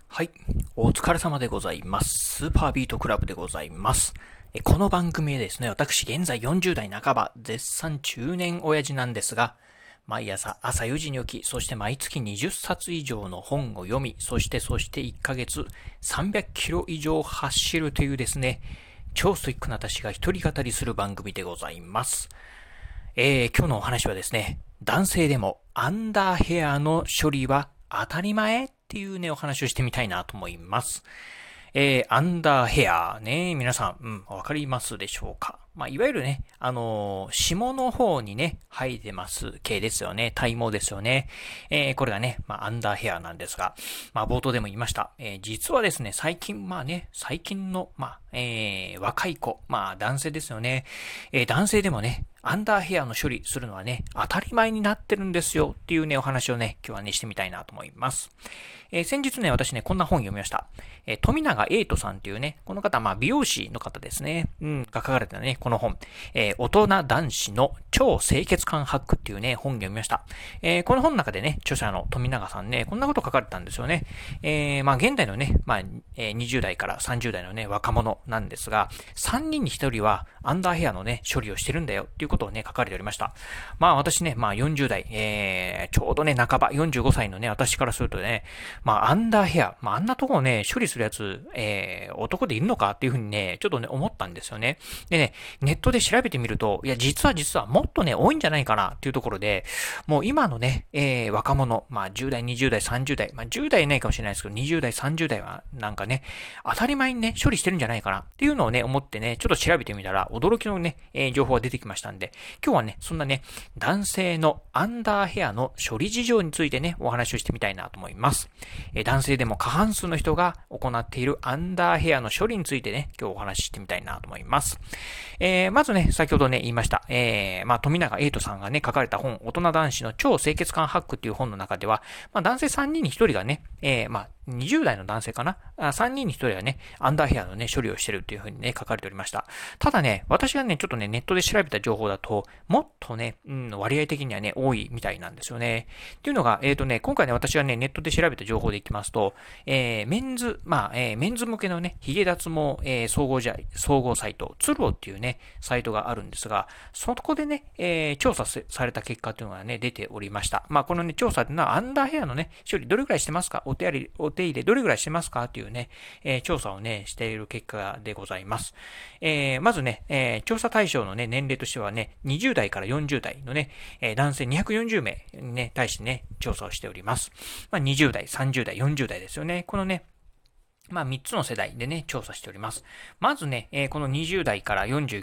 はい。お疲れ様でございます。スーパービートクラブでございます。この番組でですね、私現在40代半ば、絶賛中年親父なんですが、毎朝4時に起き、そして毎月20冊以上の本を読み、そして1ヶ月300キロ以上走るというですね、超ストイックな私が一人語りする番組でございます。今日のお話はですね、男性でもアンダーヘアの処理は当たり前っていうね、お話をしてみたいなと思います。アンダーヘアね、皆さん、わかりますでしょうか？いわゆるね、下の方にね、生えてます系ですよね。体毛ですよね。これがね、アンダーヘアなんですが、冒頭でも言いました。実はですね、最近の、若い子、男性ですよね。男性でもね、アンダーヘアの処理するのはね、当たり前になってるんですよっていうね、お話をね、今日はね、してみたいなと思います。先日ね、私ね、こんな本読みました。富永英人さんっていうね、この方、美容師の方ですね、が書かれたね、この本、大人男子の超清潔感ハックっていうね、本読みました。この本の中でね、著者の富永さんね、こんなこと書かれたんですよね。現代のね、20代から30代のね、若者なんですが、3人に1人はアンダーヘアのね、処理をしてるんだよっていうことをね、書かれておりました。私ね、40代、ちょうどね、半ば、45歳のね、私からするとね、アンダーヘア、あんなとこをね、処理するやつ、男でいるのかっていうふうにね、ちょっとね、思ったんですよね。でね、ネットで調べてみると、いや、実はもっとね、多いんじゃないかなっていうところで、もう今のね、若者、10代、20代、30代、10代ないかもしれないですけど、20代、30代はなんかね、当たり前にね、処理してるんじゃないかなっていうのをね、思ってね、ちょっと調べてみたら、驚きのね、情報が出てきましたんで、今日はね、そんなね、男性のアンダーヘアの処理事情についてね、お話をしてみたいなと思います。男性でも過半数の人が行っているアンダーヘアの処理についてね、今日お話ししてみたいなと思います。まずね、先ほどね、言いました、富永英人さんがね、書かれた本、大人男子の超清潔感ハックっていう本の中では、男性3人に1人がね、20代の男性かな ?3 人に1人がね、アンダーヘアのね、処理をしてるっていう風にね、書かれておりました。ただね、私がね、ちょっとね、ネットで調べた情報だと、もっとね、割合的にはね、多いみたいなんですよね。っていうのが、今回ね、私がね、ネットで調べた情報でいきますと、メンズ向けのね、髭脱毛、総合サイト、ツロっていうね、サイトがあるんですが、そこでね、調査された結果というのがね、出ておりました。このね、調査というのは、アンダーヘアのね、処理どれくらいしてますか？お手入れどれくらいしてますかっていうね、調査をね、している結果でございます。まずね、調査対象のね、年齢としてはね、20代から40代のね、男性240名にね、対してね、調査をしております。20代、30代、40代ですよね。このね、3つの世代でね、調査しております。まずね、この20代から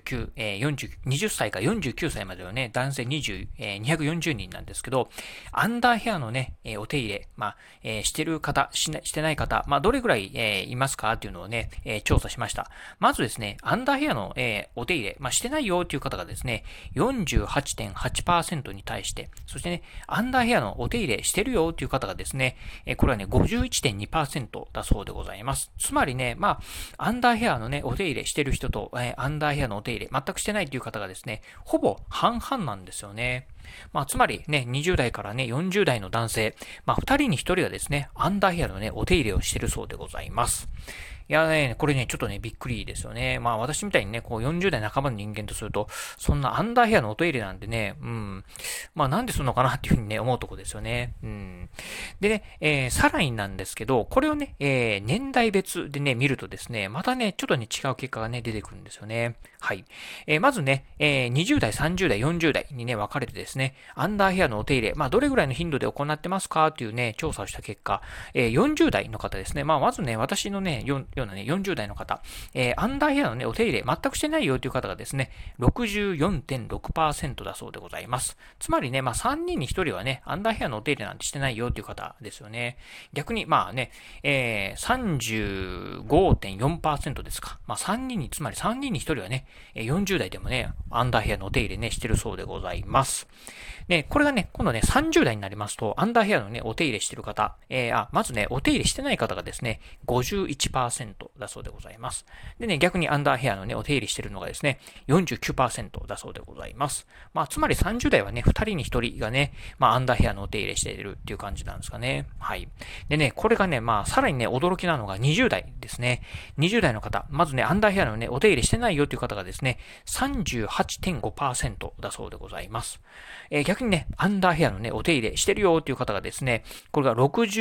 49、20歳から49歳までのね、男性240人なんですけど、アンダーヘアのね、お手入れ、してる方、してない方、どれぐらい、いますかっていうのをね、調査しました。まずですね、アンダーヘアの、お手入れ、してないよっていう方がですね、48.8% に対して、そしてね、アンダーヘアのお手入れしてるよっていう方がですね、これはね、51.2% だそうでございます。つまりね、アンダーヘアのね、お手入れしてる人と、アンダーヘアのお手入れ全くしてないという方がですね、ほぼ半々なんですよね。つまりね、20代からね、40代の男性、2人に1人がですね、アンダーヘアのね、お手入れをしてるそうでございます。いやね、これね、ちょっとね、びっくりですよね。私みたいにね、こう40代半ばの人間とすると、そんなアンダーヘアのお手入れなんてね、なんでするのかなっていうふうにね、思うとこですよね。でね、さらになんですけど、これをね、年代別でね、見るとですね、またね、ちょっとね、違う結果がね、出てくるんですよね。はい。まずね、20代、30代、40代にね、分かれてですね、アンダーヘアのお手入れ、どれぐらいの頻度で行ってますかっていうね、調査をした結果、40代の方ですね、まずね、私のね、ようなね、40代の方、アンダーヘアのね、お手入れ全くしてないよという方がですね、64.6% だそうでございます。つまりね、3人に1人はね、アンダーヘアのお手入れなんてしてないよという方ですよね。逆に、35.4% ですか。3人に、つまり3人に1人はね、40代でもね、アンダーヘアのお手入れね、してるそうでございます。で、これがね、今度ね、30代になりますと、アンダーヘアのね、お手入れしてる方、まずね、お手入れしてない方がですね、51%。 40% だそうでございます。でね、逆にアンダーヘアのね、お手入れしているのがですね、49% だそうでございます。つまり30代はね、2人に1人がね、アンダーヘアのお手入れしているっていう感じなんですかね。はい。でね、これがね、さらにね、驚きなのが20代ですね。20代の方、まずね、アンダーヘアのね、お手入れしてないよっていう方がですね、38.5% だそうでございます。逆にね、アンダーヘアのね、お手入れしてるよっていう方がですね、これが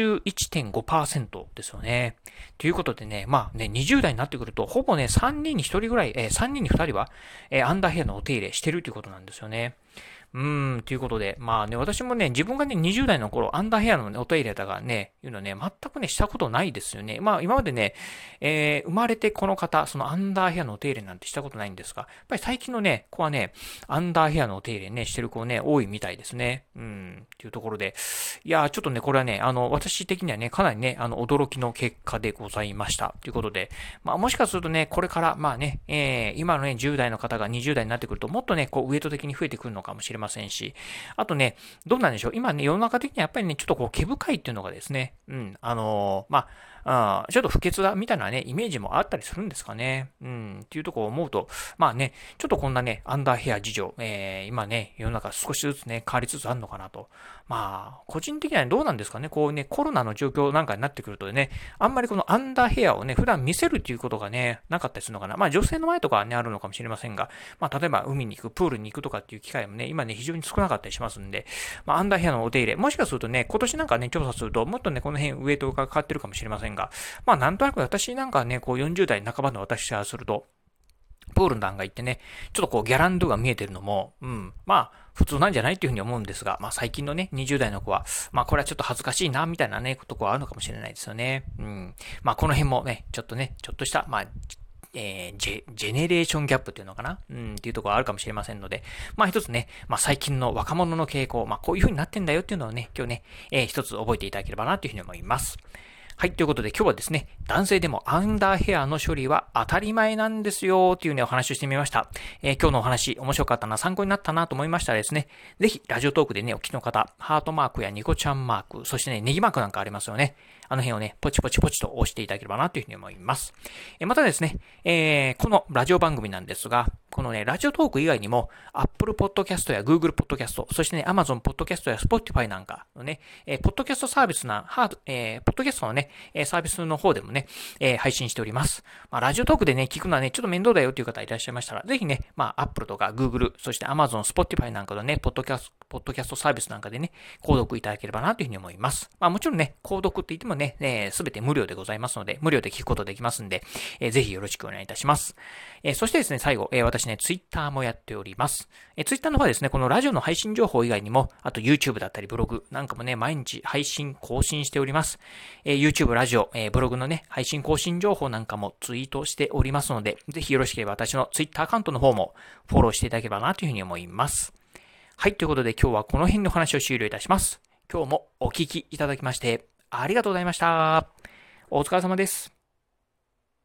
61.5% ですよね。ということでね、20代になってくると、ほぼね、3人に1人ぐらい、3人に2人は、アンダーヘアのお手入れしてるということなんですよね。ということで、私もね、自分がね、20代の頃、アンダーヘアのね、お手入れだがね、いうのね、全くね、したことないですよね。今までね、生まれてこの方、そのアンダーヘアのお手入れなんてしたことないんですが、やっぱり最近のね、子はね、アンダーヘアのお手入れね、してる子ね、多いみたいですね。っていうところで、いやー、ちょっとね、これはね、私的にはね、かなりね、驚きの結果でございました。ということで、もしかするとね、これから、今のね、10代の方が20代になってくると、もっとね、こう、ウエイト的に増えてくるのかもしれませんし、あとね、どうなんでしょう。今ね、世の中的にはやっぱりね、ちょっとこう、毛深いっていうのがですね、ちょっと不潔だみたいなね、イメージもあったりするんですかね。っていうところを思うと、ちょっとこんなね、アンダーヘア事情、今ね、世の中少しずつね、変わりつつあるのかなと。個人的にはどうなんですかね、こうね、コロナの状況なんかになってくるとね、あんまりこのアンダーヘアをね、普段見せるっていうことがね、なかったりするのかな。女性の前とかはね、あるのかもしれませんが、例えば海に行く、プールに行くとかっていう機会もね、今ね、非常に少なかったりしますんで、アンダーヘアのお手入れ、もしかするとね、今年なんかね、調査すると、もっとね、この辺ウエイトがかかってるかもしれませんが、なんとなく私なんかね、こう40代半ばの私からすると、プールなんか行ってね、ちょっとこうギャランドゥが見えてるのも、普通なんじゃないっていうふうに思うんですが、最近のね、20代の子は、これはちょっと恥ずかしいな、みたいなね、とこはあるのかもしれないですよね。この辺もね、ちょっとした、ジェネレーションギャップっていうのかなっていうところがあるかもしれませんので、一つね、最近の若者の傾向、こういう風になってんだよっていうのをね、今日ね、一つ覚えていただければなというふうに思います。はい。ということで今日はですね、男性でもアンダーヘアの処理は当たり前なんですよというね、お話をしてみました。今日のお話面白かったな、参考になったなと思いましたらですね、ぜひラジオトークでね、お聞きの方、ハートマークやニコちゃんマーク、そしてね、ネギマークなんかありますよね。あの辺をね、ポチポチポチと押していただければなというふうに思います。またですね、このラジオ番組なんですが、このね、ラジオトーク以外にも、Apple Podcast や Google Podcast、そしてね、Amazon Podcast や Spotify なんかのね、ポッドキャストサービスポッドキャストのね、サービスの方でもね、配信しております。ラジオトークでね、聞くのはね、ちょっと面倒だよっていう方いらっしゃいましたら、ぜひね、Apple とか Google、そして Amazon、Spotify なんかのね、ポッドキャストサービスなんかでね、購読いただければなというふうに思います。もちろんね、購読って言ってもね、すべて無料でございますので、無料で聞くことできますんで、ぜひよろしくお願いいたします。そしてですね、最後、私ね、Twitter もやっております。Twitter の方はですね、このラジオの配信情報以外にも、あと YouTube だったりブログなんかもね、毎日配信更新しております。YouTube、ラジオ、ブログのね、配信更新情報なんかもツイートしておりますので、ぜひよろしければ私の Twitter アカウントの方もフォローしていただければなというふうに思います。はい、ということで今日はこの辺の話を終了いたします。今日もお聞きいただきまして、ありがとうございました。お疲れ様です。